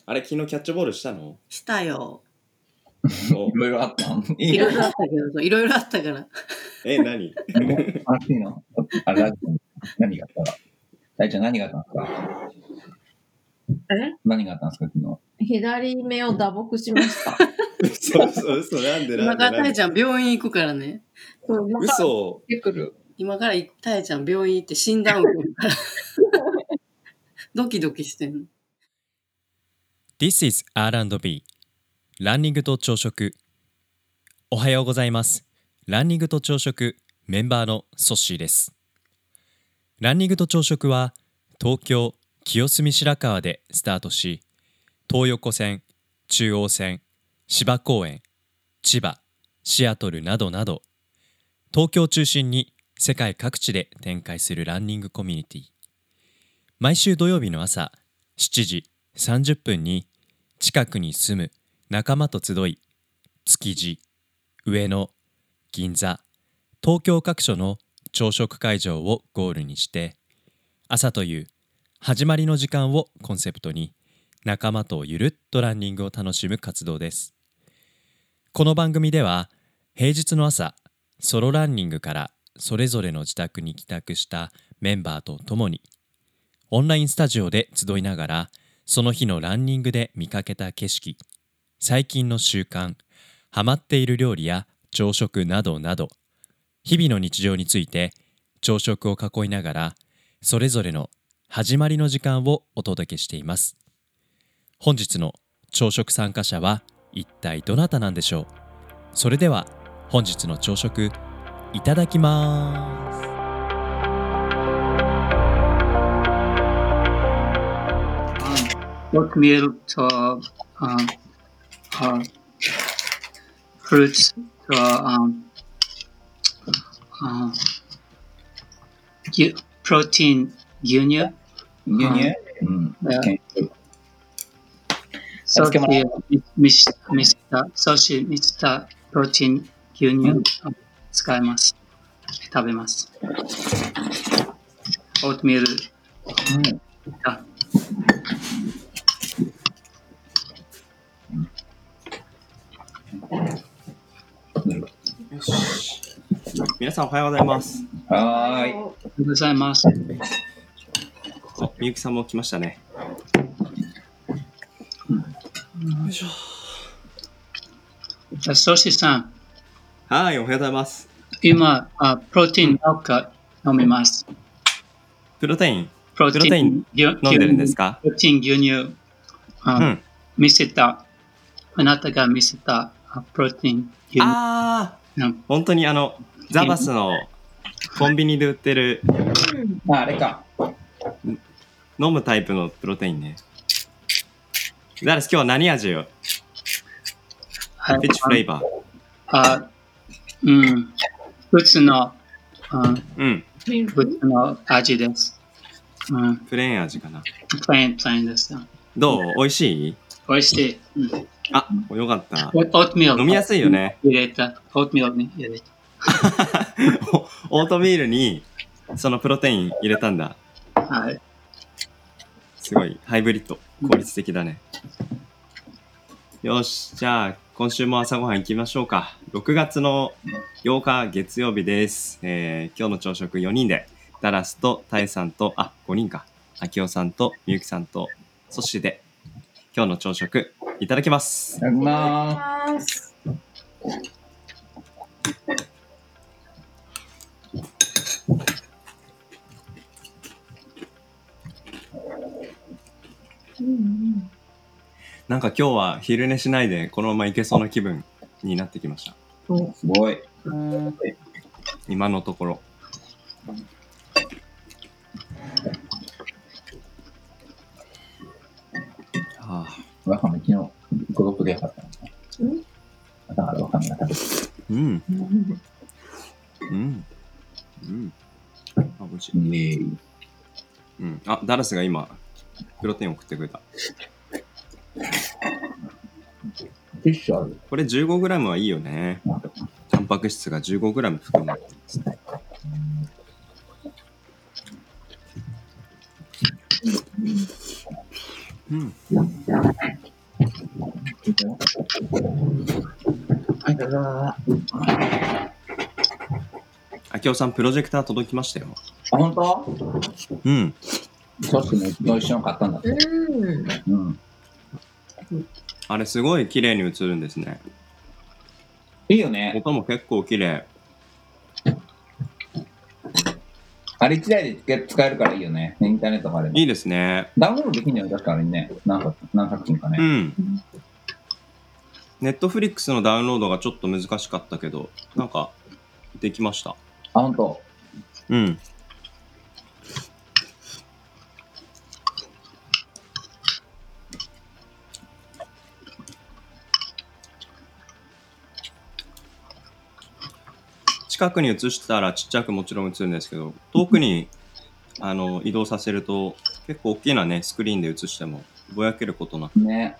あれ、昨日キャッチボールしたの？ したよ。 いろいろあったの？ いろいろあったけど、いろいろあったから。 何楽しいの？あれ、何があった？大ちゃん何があったんですか？何があったんですか昨日？ 左目を打撲しました。 嘘、なんで今からたえちゃん病院行くからね。 嘘。 今からたえちゃん病院行って診断を受けるから。ドキドキしてんの。 This is R&B ランニングと朝食。おはようございます。ランニングと朝食メンバーのソッシーです。ランニングと朝食は東京清澄白河でスタートし、東横線、中央線、芝公園、千葉、シアトルなどなど東京を中心に世界各地で展開するランニングコミュニティ。毎週土曜日の朝7時30分に近くに住む仲間と集い、築地、上野、銀座、東京各所の朝食会場をゴールにして、朝という始まりの時間をコンセプトに仲間とゆるっとランニングを楽しむ活動です。この番組では平日の朝、ソロランニングからそれぞれの自宅に帰宅したメンバーと共にオンラインスタジオで集いながら、その日のランニングで見かけた景色、最近の習慣、ハマっている料理や朝食などなど、日々の日常について朝食を囲いながら、それぞれの始まりの時間をお届けしています。本日の朝食参加者は一体どなたなんでしょう。それでは本日の朝食いただきます。 oatmeal to fruits to protein 牛乳。ソーシーミスタープロテイン牛乳を使います。食べます。オートミール。 よし。皆さんおはようございます。 はーい。 おはようございます。 みゆきさんも来ましたね。よいしょ。 ソーシーさん。 はい、おはようございます。 今、プロテイン飲みます。 プロテイン飲んでるんですか？ プロテイン牛乳、見せた、あなたが見せたプロテイン牛乳。 本当にザバスのコンビニで売ってる、 あれか。 飲むタイプのプロテインね。ザバス今日は何味よ？Which flavor？ 普通の味です。 プレーン味かな。 プレーンです。 どう？美味しい？ 美味しい。 あ、よかった。 オートミール飲みやすいよね。 オートミールに入れた。 オートミールにそのプロテイン入れたんだ。 はい。 すごいハイブリッド、効率的だね。よし、じゃあ今週も朝ごはん行きましょうか。6月の8日月曜日です。今日の朝食4人で、ダラスとタエさんと、5人か。アキオさんとミユキさんとソシで、今日の朝食いただきます。 いただきます。 なんか今日は昼寝しないでこのままいけそうな気分になってきました。 すごい。 今のところ。 わかめ昨日5度でよかったの。だからわかめが食べてる。 美味しい。ダラスが今プロテインを送ってくれた。これ 15g はいいよね。タンパク質が 15g 含まれていますね。 はい、どうぞ。 あきおさん、プロジェクター届きましたよ。 あ、本当？ うん。 ソシも一緒に買ったんだって。うん。 あれ、すごい綺麗に映るんですね。 いいよね。 音も結構綺麗。 あれ1台で使えるからいいよね。インターネットがあれば。 いいですね。 ダウンロードできんのよ、確かあれね。何作品かね。 うん。ネットフリックスのダウンロードがちょっと難しかったけど、なんか、できました。 あ、本当。 うん。近くに映したらちっちゃくもちろん映るんですけど、遠くに移動させると結構大きなねスクリーンで映してもぼやけることなく、 ね。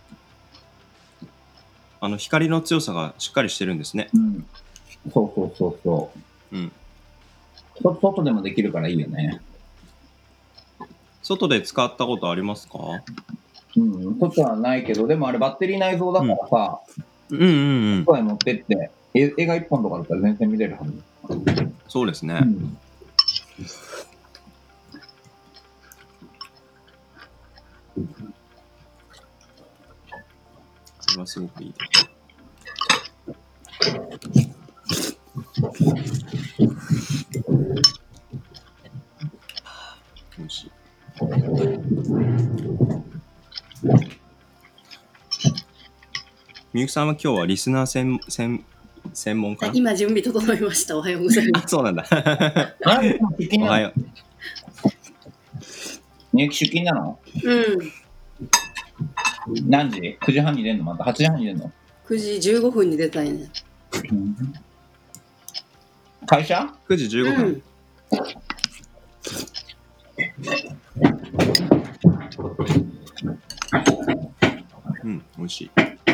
光の強さがしっかりしてるんですね。 うん。そう。 うん。 外でもできるからいいよね。 外で使ったことありますか？ うん。外はないけど、でもあれバッテリー内蔵だからさ、外へ持ってって映画1本とかだったら全然見れるはず。 そうですね。 うん。 それはすごくいい。おいしい。みゆきさんは今日はリスナー専門かな？ 今準備整いました。おはようございます。 あ、そうなんだ。おはよう。 みゆき出勤なの？ うん。 何時？ 9 時半に出んの？また8時半に出んの ？9時15分に出たいね。 うん、会社？ 9時15分。うん、美味しい。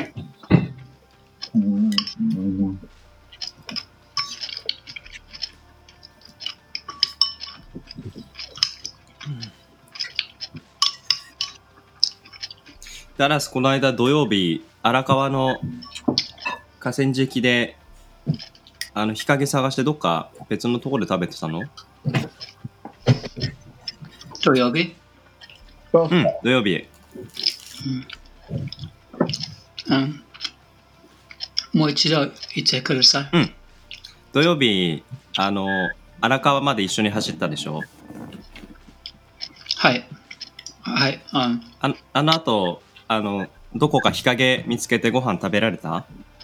ダラスこの間土曜日荒川の河川敷で日陰探してどっか別のところで食べてたの？ 土曜日？ うん、土曜日。 もう一度言ってください。 うん。土曜日荒川まで一緒に走ったでしょ？ はい。はい。 あの後どこか日陰見つけてご飯食べられた？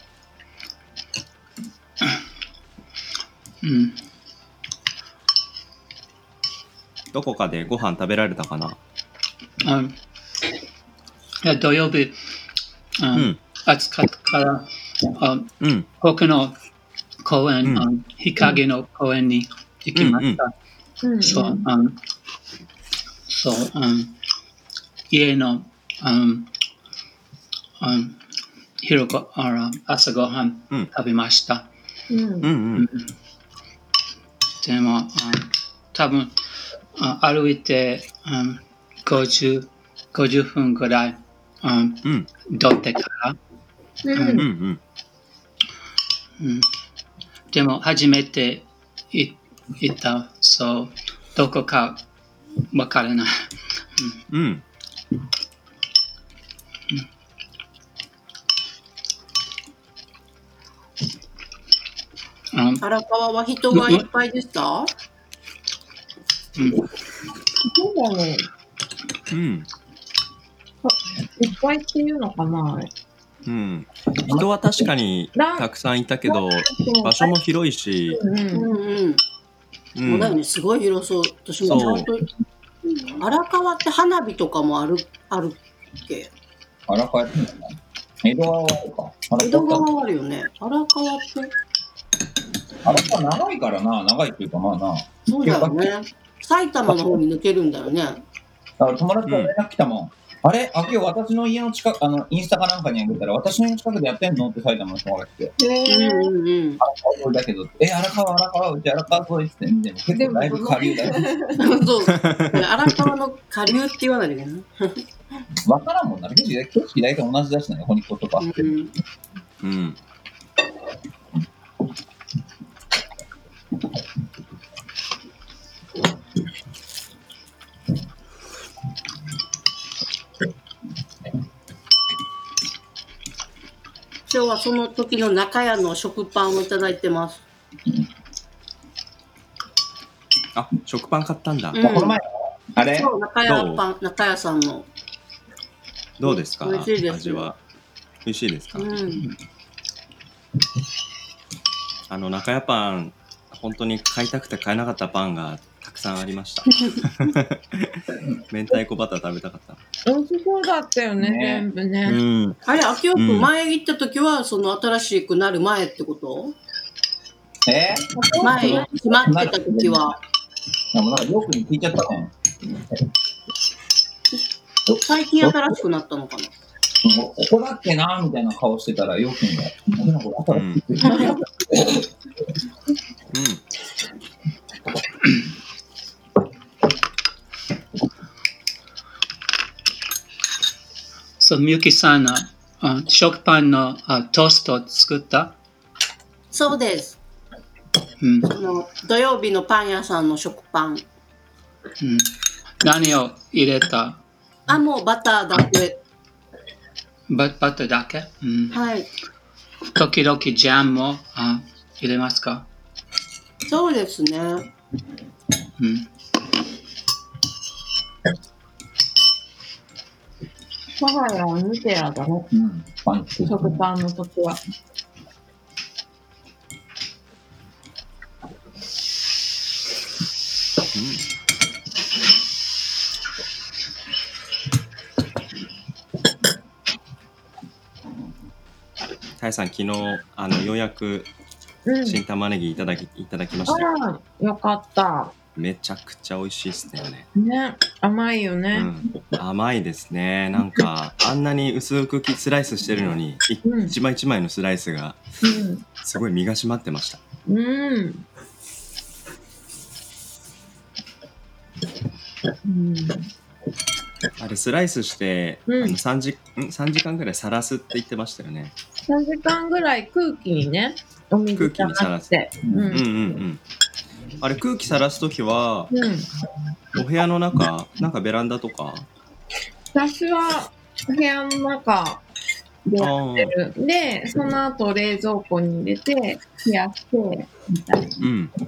うん。 どこかでご飯食べられたかな？ いや土曜日、暑かったから、僕の公園、日陰の公園に行きました。家の朝ごはん食べました。でも、多分歩いて50分ぐらいどってから。でも初めて行った、そうどこかわからない。 荒川は人がいっぱいでした？ そうだね。いっぱいっていうのかな。 人は確かにたくさんいたけど、場所も広いし。 そうだよね、すごい広そう。私もちゃんと荒川って花火とかもあるっけ？ 荒川って江戸川はあるか。 江戸川はあるよね。荒川って荒川長いからな、長いっていうかまあな。 そうだよね。埼玉の方に抜けるんだよね。 友達が連絡来たもん。あれ、今日私の家の近く、インスタかなんかにあげたら、私の家の近くでやってんのって埼玉の人が来て。だけど、荒川、うち荒川沿いって言って、でも結構だいぶ下流だよ。 そう。荒川の下流って言わないでね。 わからんもんな。景色大体同じだしね、ホニコとか。 うん。 今日はその時の中屋の食パンをいただいてます。 あ、食パン買ったんだ。 うんこの前、あれそう、中屋さんの。 どうですか？ 美味しいです。 味は。美味しいですか？ うん。 中屋パン、本当に買いたくて買えなかったパンがたくさんありました。明太子バター食べたかった。 美味しそうだったよね、全部ね。 うん。 あれ、秋夫君、前行った時は、その新しくなる前ってこと？前、決まってた時は。 でもなんかよくに聞いちゃったかも。 最近新しくなったのかな？ ここだっけなみたいな顔してたら、よくにが。 そう、みゆきさんの食パンのトースト作った？ そうです。 うん、 土曜日のパン屋さんの食パン。 うん、何を入れた？ もうバターだけ。 バターだけ？うん、 はい。 時々ジャムも入れますか？ そうですね。 うん。 我が家はヌテラだね。 うん。 食パンの時は。 タイさん、昨日ようやく新玉ねぎいただきましたよ。 ああ、よかった。 めちゃくちゃ美味しいっすね。 ね、甘いよね。 甘いですね。なんかあんなに薄くスライスしてるのに、一枚一枚のスライスがすごい身が締まってました。あれスライスして、3時間ぐらいさらすって言ってましたよね。 3時間ぐらい空気にね、お水空気にさらす。あれ空気さらすときは、お部屋の中、なんかベランダとか？ 私はお部屋の中でやってる。で、その後冷蔵庫に入れて冷やしてみたいな。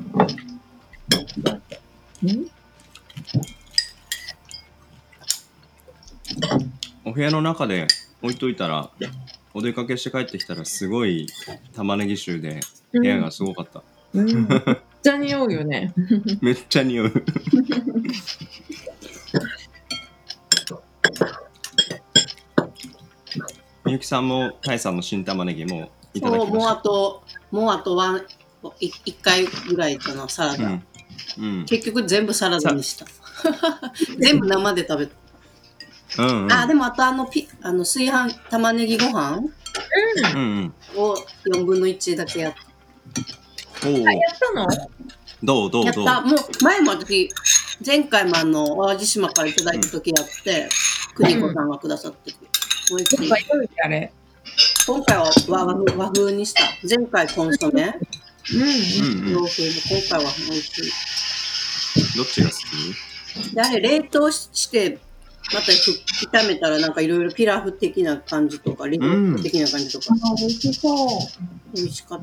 お部屋の中で置いといたら、お出かけして帰ってきたらすごい玉ねぎ臭で部屋がすごかった。 めっちゃ匂うよね。 めっちゃ匂う。みゆきさんもタイさんの新玉ねぎもいただきました。 もうあと1回ぐらいかな、サラダ。結局全部サラダにした。全部生で食べた。でもあと炊飯玉ねぎご飯を4分の1だけやった。 やったの？ どうやった。もう前も前回も淡路島からいただいた時やって、邦子さんがくださってて。美味しい。今回は和風にした。前回コンソメ。洋風で今回は美味しい。 どっちが好き？ で、あれ冷凍してまた炒めたらなんかいろいろピラフ的な感じとかリゾット的な感じとか。 美味しそう。 美味しかった。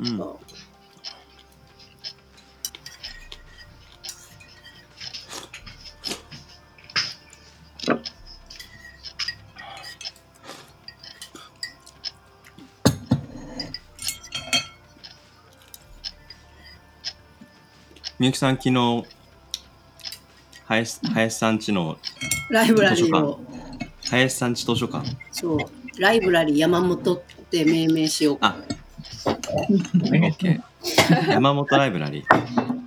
みゆきさん、昨日林さんちのライブラリーを林さんち図書館。 そう、ライブラリー山本って命名しようか。 OK。山本ライブラリー。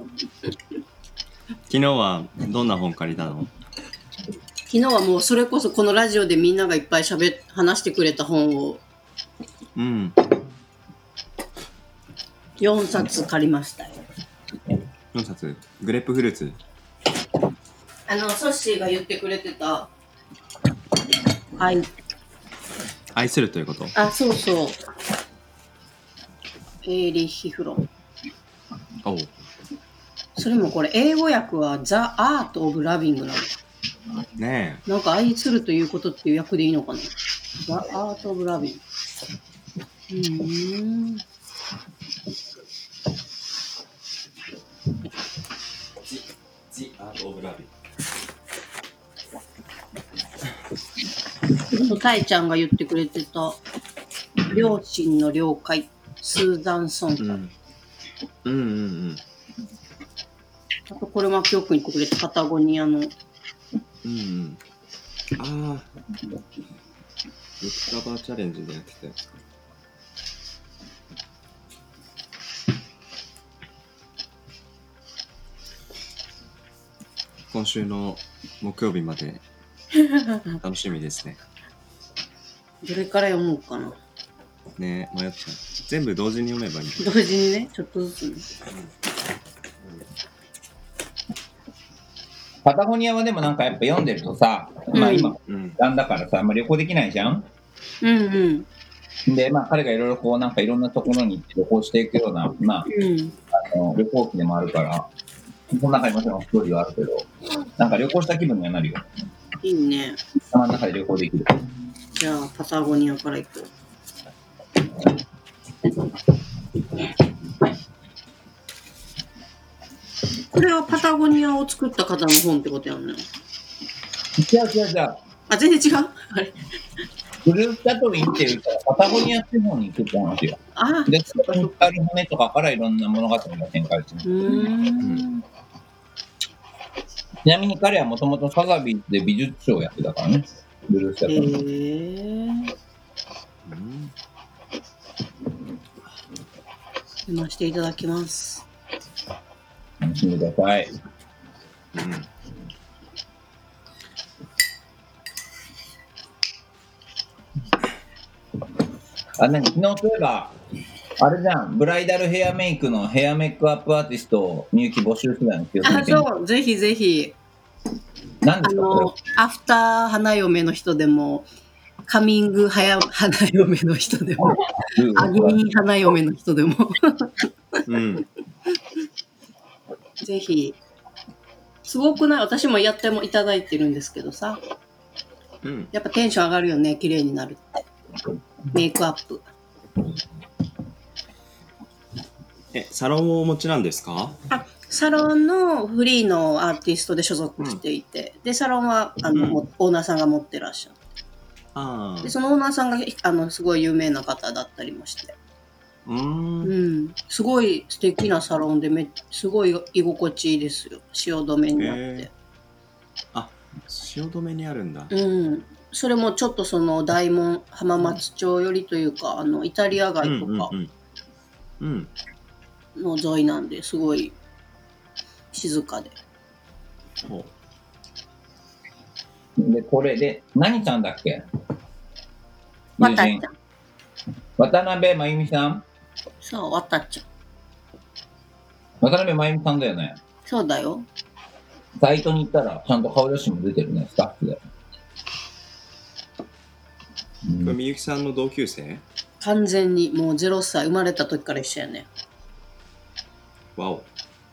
昨日はどんな本借りたの？ 昨日はもうそれこそこのラジオでみんながいっぱい話してくれた本を4冊借りましたよ。 4冊？グレープフルーツ？ ソッシーが言ってくれてた愛するということ。 あ、そうそう。エーリッヒ・フロン。 おう。 それもこれ、英語訳は The Art of Loving なの。 ねなんか愛するということっていう訳でいいのかな。 The Art of Loving。 The Art of Loving。 タイちゃんが言ってくれてた両親の了解、スーザン・ソンさん。あとこれは今日言ってくれたパタゴニアの。 ああ、ブックカバーチャレンジでやってたやつか。今週の木曜日まで楽しみですね。 どれから読もうかな。 ね、迷っちゃう。全部同時に読めばいい。 同時にね、ちょっとずつね。 パタゴニアはでもなんかやっぱ読んでるとさ、まあ今、なんだからさ、旅行できないじゃん。で、まあ彼がいろいろこうなんかいろんなところに旅行していくような、まあ、旅行記でもあるから、その中にもちろんストーリーはあるけど、なんか旅行した気分にはなるよ。 いいね。 頭の中で旅行できる。 じゃあパタゴニアから行こう。これはパタゴニアを作った方の本ってことやんね。 違う。 あ、全然違う。あれ。 ブルースタトリンっていうか、パタゴニア地方に行くって話よ。で、そこにある骨とかからいろんな物語が展開する。ちなみに彼はもともとサザビーで美術賞をやってたからね。ブルースタトリン。 読ませていただきます。 楽しんでください。昨日そういえば、あれじゃん、ブライダルヘアメイクのヘアメイクアップアーティストを入記募集してたんですけど。 そう、ぜひぜひ。 何ですかアフター花嫁の人でも、カミング花嫁の人でも、アギン花嫁の人でも。ぜひ。すごくない？私もやってもいただいてるんですけどさ。やっぱテンション上がるよね、綺麗になるって。メイクアップ。 サロンをお持ちなんですか？ サロンのフリーのアーティストで所属していて、で、サロンはオーナーさんが持ってらっしゃる。で、そのオーナーさんがすごい有名な方だったりもして。すごい素敵なサロンですごい居心地いいですよ。汐留にあって。 汐留にあるんだ。 それもちょっとその大門浜松町寄りというか、イタリア街とかの沿いなんですごい静かで。 で、これで、何ちゃんだっけ？ わたちゃん。 渡辺真由美さん？ そう、わたちゃん。 渡辺真由美さんだよね。 そうだよ。 サイトに行ったら、ちゃんと顔写真も出てるね、スタッフで。 みゆきさんの同級生？ 完全に、もう0歳、生まれた時から一緒やね。 わお。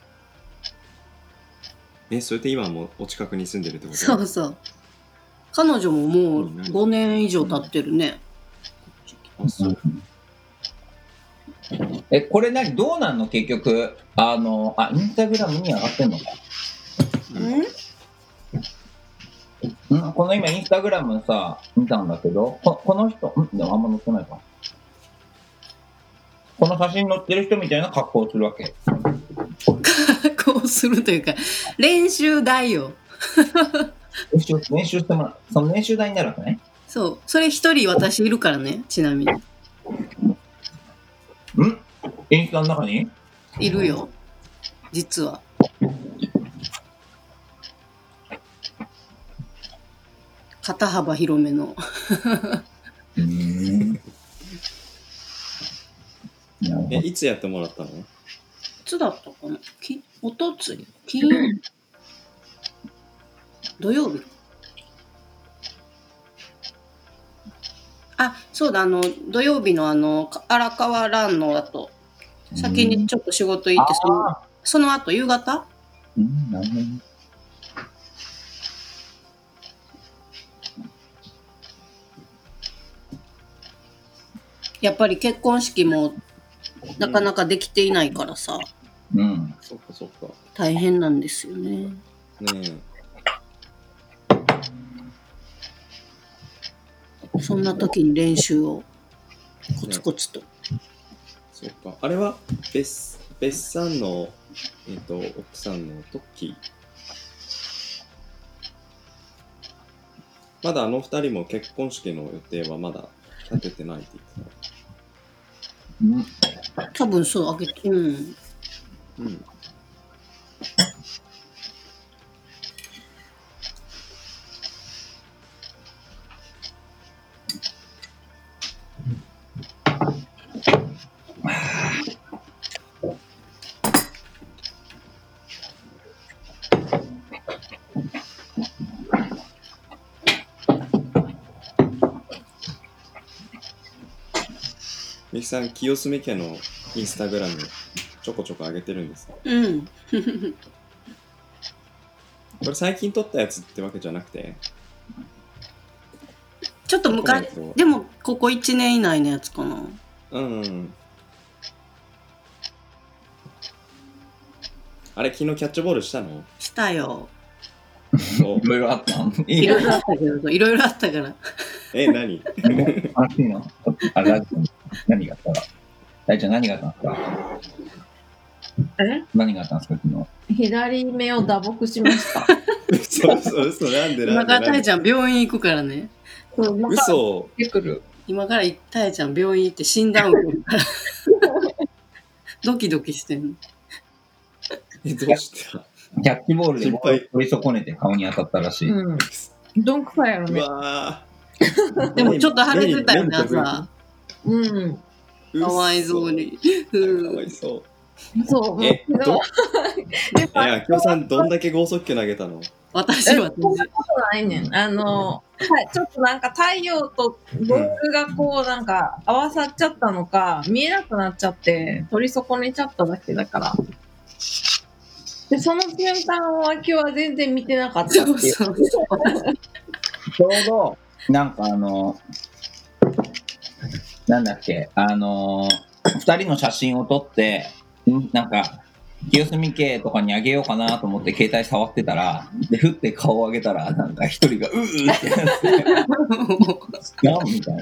それって今もお近くに住んでるってこと？ そうそう。彼女ももう5年以上経ってるね。 これどうなんの結局、インスタグラムに上がってんのか。この今インスタグラムさ、見たんだけど、この人、でもあんま載ってないか。この写真載ってる人みたいな格好をするわけ。 格好をするというか、練習台よ。 練習してもらう。その練習台になるわけね。 そう。それ一人私いるからね、ちなみに。 インスタの中に？ いるよ。実は。肩幅広めの。 いつやってもらったの？いつだったかな？おとつい？金曜日？土曜日？ あ、そうだ、土曜日の荒川ランの後、先にちょっと仕事行って、その後、夕方？ なるほど。 やっぱり結婚式もなかなかできていないからさ、 うん。 そっかそっか。 大変なんですよね。 ねえ。そんな時に練習をコツコツと。 そっか。あれは別産の、奥さんのトッキー。まだ二人も結婚式の予定はまだ立ててないって言ってた。多分そう、あげて、うん。 みきさん、清澄家のインスタグラムちょこちょこ上げてるんですか？ うん。 これ最近撮ったやつってわけじゃなくて、 ちょっと昔、でもここ1年以内のやつかな。 うん。あれ、昨日キャッチボールしたの？ したよ。 いろいろあったの？ いろいろあったけど、いろいろあったから。 何？ 楽しいの？何があったら？大ちゃん何があったんですか？何があったんですか、昨日？ 左目を打撲しました。 嘘、なんで？ 今からたえちゃん病院行くからね。 嘘。 今からたえちゃん病院行って診断を受けるから。ドキドキしてんの。 どうして？ キャッチボールで取り損ねて顔に当たったらしい。 どんくさいやろね。 でもちょっと腫れてたよね、朝。かわいそうに。 かわいそう。 そう。 いや、きょうさん、どんだけ剛速球投げたの？ 私はそんなことないねん。ちょっとなんか太陽とボールがこうなんか合わさっちゃったのか、見えなくなっちゃって取り損ねちゃっただけだから。で、その瞬間は今日は全然見てなかったっていう。ちょうど、なんかなんだっけ、2人の写真を撮って、なんか、清澄家とかにあげようかなと思って携帯触ってたら、で、ふって顔を上げたら、なんか一人が、ってやって、みたいな。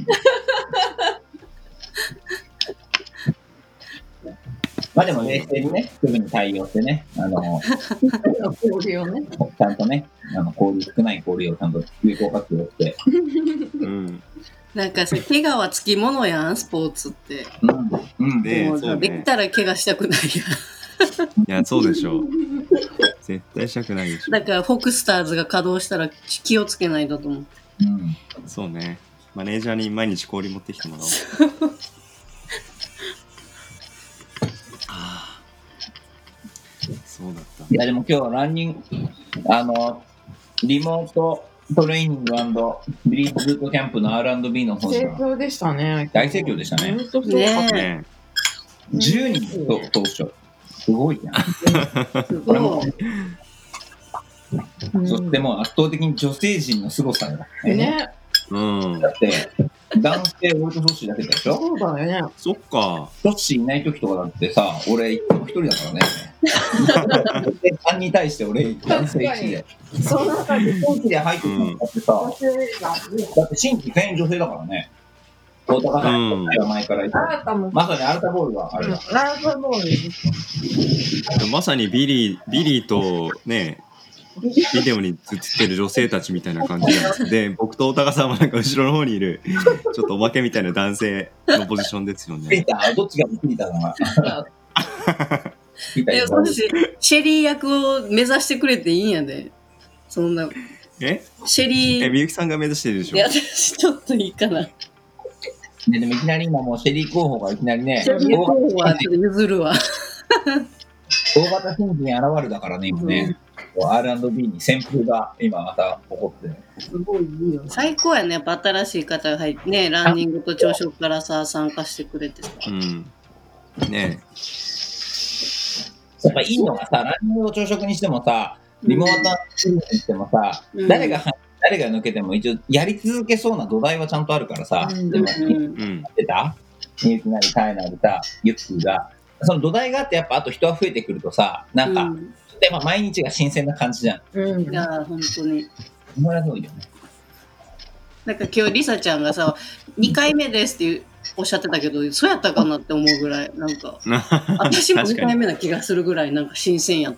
まあでも冷静にね、すぐに対応してね、 氷をね、 ちゃんとね、少ない氷をちゃんと有効活用して。 なんかさ、怪我はつきものやん、スポーツって。できたら怪我したくないやん。いや、そうでしょう。絶対したくないでしょ。 だから、フォクスターズが稼働したら気をつけないとと思う。 そうね。マネージャーに毎日氷持ってきてもらおう。そうだった。 いや、でも今日はランニング、リモートトレーニング&ビリーズブートキャンプの R&B の方盛況でしたね。 大盛況でしたね。 ね 10人と当初。すごいじゃん。 すごい。 そしてもう圧倒的に女性陣の凄さよ。 ね。 だって、男性、俺とソッシーだけでしょ？ そうだよね。 そっか。 ソッシーいない時とかだってさ、俺いつも一人だからね。3に対して俺男性1で。 そんな感じ。 新規で入ってくるんだってさ、だって新規全員女性だからね。大高さんは前から言ってまさにアルタボールはあれだ。 アルタボールです。 まさにビリーとね、ビデオに映ってる女性たちみたいな感じで、僕と大高さんはなんか後ろの方にいるちょっとおまけみたいな男性のポジションですよね。 どっちがビリーだな。 シェリー役を目指してくれていいんやで。そんな。シェリー。 みゆきさんが目指してるでしょ。 いや、私ちょっといいかな。 ね、でもいきなり今もうシェリー候補がいきなりね、 シェリー候補は譲るわ。 大型新人に現るだからね、今ね。 R&B に旋風が今また起こって。 すごいいいよ。最高やね。やっぱ新しい方が入ってね、ランニングと朝食からさ、参加してくれてさ。 うん。ねやっぱいいのがさ、ランニングを朝食にしてもさ、リモートにしてもさ、誰が抜けても一応やり続けそうな土台はちゃんとあるからさ、でも、出たみゆきなり、たえなりた、ゆっくーが、その土台があって、やっぱあと人が増えてくるとさ、なんか、でまあ、毎日が新鮮な感じじゃん。 いや、本当に。 それはそうよね。 なんか今日、りさちゃんがさ、2回目ですっておっしゃってたけど、そうやったかなって思うぐらい、なんか、私も2回目な気がするぐらい、なんか新鮮やった。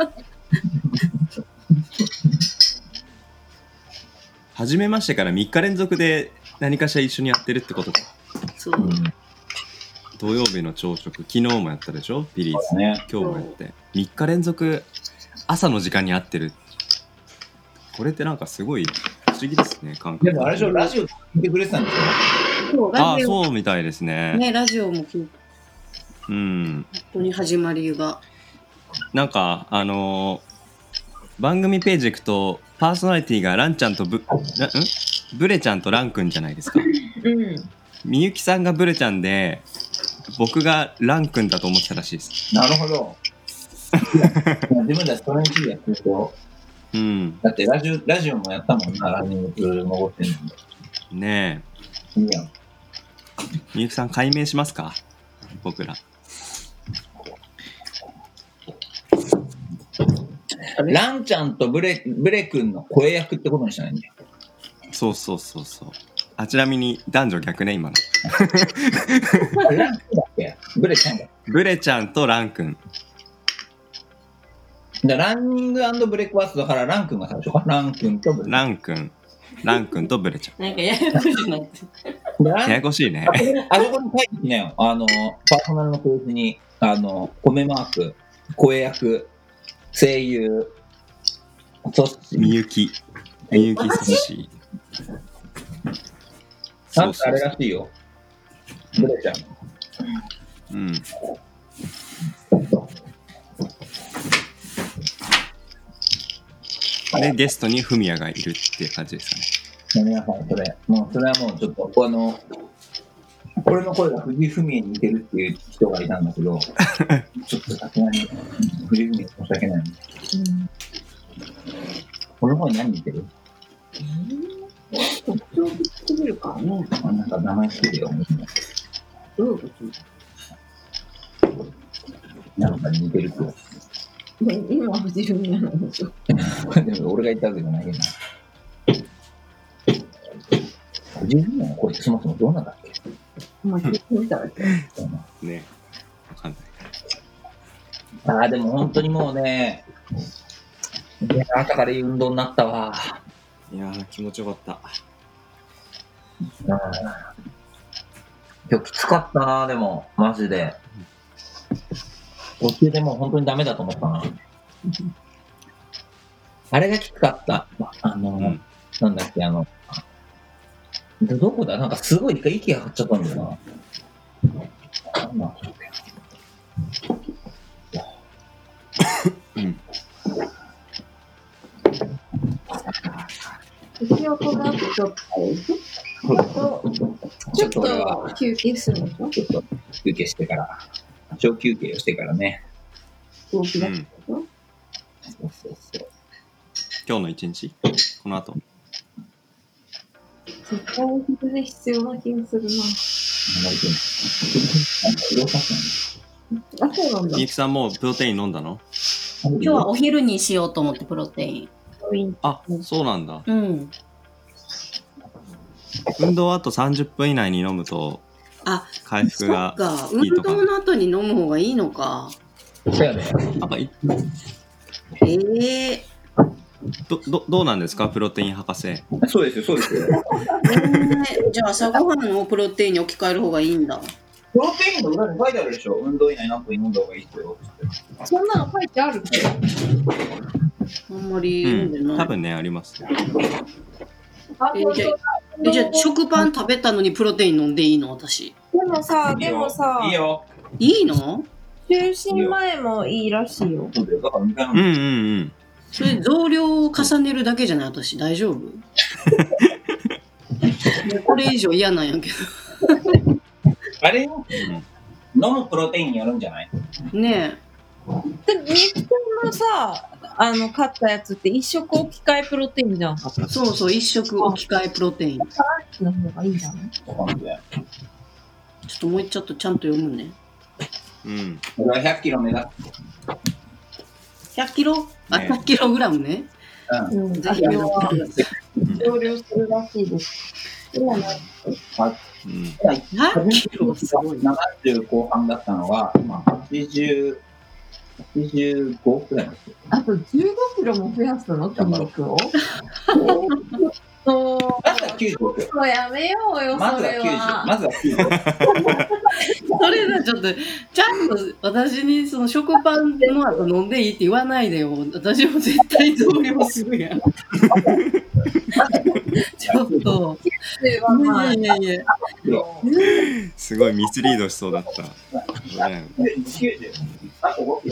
初めましてから3日連続で何かしら一緒にやってるってことか。 そう。 土曜日の朝食、昨日もやったでしょ、ビリーズ。ね、今日もやって。3日連続朝の時間に会ってる。これってなんかすごい不思議ですね、感覚。 でもあれでしょ、ラジオ聞いてくれてたんでしょ。 ああ、そうみたいですね。 ね、ラジオも聞いて。本当に始まりが。 なんか、番組ページ行くと、パーソナリティがランちゃんとブレちゃんとランくんじゃないですか。みゆきさんがブレちゃんで、僕がランくんだと思ってたらしいです。 なるほど。自分たちそれについてやってると、だってラジオもやったもんな、ランニング登ってんのに。 ねえ。いいやん。みゆきさん解明しますか、僕ら。 ランちゃんとブレ君の声役ってことにしたらいいんだよ。 そう。あ、ちなみに男女逆ね、今の。 ラン君だっけ？ブレちゃんだ。 ブレちゃんとラン君。 ランニング&ブレックファーストだからラン君が最初か。ラン君とブレ。 ラン君とブレちゃん。 なんかややこしいなって。 ややこしいね。 あそこに書いてきなよ。パーソナルのページに、米マーク、声役、声優、 みゆきそし。 なんかあれらしいよ。ブレちゃん。 で、ゲストにフミヤがいるっていう感じですかね。皆さん、それはもうちょっと、俺の声が藤井フミヤに似てるっていう人がいたんだけど、ちょっとさすがに藤井フミヤ申し訳ない。俺の声何似てる？ 特徴的すぎるからね。 なんか名前つけてよ。 どういうこと？ なんか似てるって。 今は藤井フミヤなんでしょ。 でも俺が言ったわけじゃないけど。藤井フミヤの声ってそもそもどうなんだっけ？ まあ、聞いてみたらね、わかんない。 でも本当にもうね、朝からいい運動になったわ。 いやー、気持ちよかった。 今日きつかったな、でも、マジで。途中でもう本当にダメだと思ったな。あれがきつかった。なんだっけ、どこだ？なんかすごい一回息が張っちゃったんだよな。 一応この後ちょっと休憩するのか？ ちょっと休憩してから、小休憩をしてからね。 動き出すの？ そう。 今日の一日？この後？ 絶対お昼で必要な気がするな。 みゆきさんもうプロテイン飲んだの？ 今日はお昼にしようと思ってプロテイン。 あ、そうなんだ。運動あと30分以内に飲むと回復がいいとか。 運動の後に飲む方がいいのか。 そうやね。 どうなんですか、プロテイン博士。 そうですよ。 じゃあ朝ごはんをプロテインに置き換える方がいいんだ。 プロテインの裏に書いてあるでしょ。運動以内何分飲んだ方がいいってよ。 そんなの書いてあるっけ？ あんまり飲んでない。 多分ね、あります。 じゃあ食パン食べたのにプロテイン飲んでいいの？私。 でもさいいよ。 いいの？ 就寝前もいいらしいよ。 そうだよ。だからうん。 それ増量を重ねるだけじゃない？私大丈夫？これ以上嫌なんやけど。 あれよ、飲むプロテインによるんじゃない？ ねで、みゆきちゃんのさ、買ったやつって一食置き換えプロテインじゃんかった。 そうそう、一食置き換えプロテイン。 の方がいいんじゃない？ ちょっともうちょっとちゃんと読むね。 俺は100キロ目指す。 100キロ？あ、100キログラムね。ぜひやってください。 増量するらしいです。今ね、 100キロはすごい。 70後半だったのが、今85くらいです。 あと15キロも増やすの？筋肉を？ まずは95。 もうやめようよ、 まずは90。まずは90。 それだ、ちょっと、ちゃんと私にその食パンの後飲んでいいって言わないでよ。私も絶対増量するやん。ちょっと。いやいや。 すごいミスリードしそうだった。 90。あと5キロ。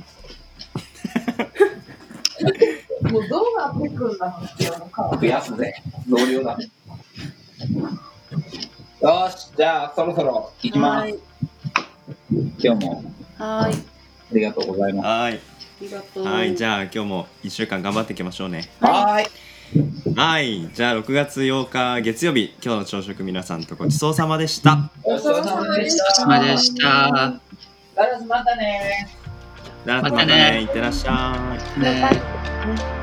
もうどうなってくんだろう。 増やすぜ。増量だ。よし、じゃあそろそろ行きます。今日もありがとうございます。 はい。はい、じゃあ今日も1週間頑張っていきましょうね。 はい。 はい、じゃあ6月8日月曜日、今日の朝食皆さんとごちそうさまでした。 ごちそうさまでした。 またね。 またね。いってらっしゃい。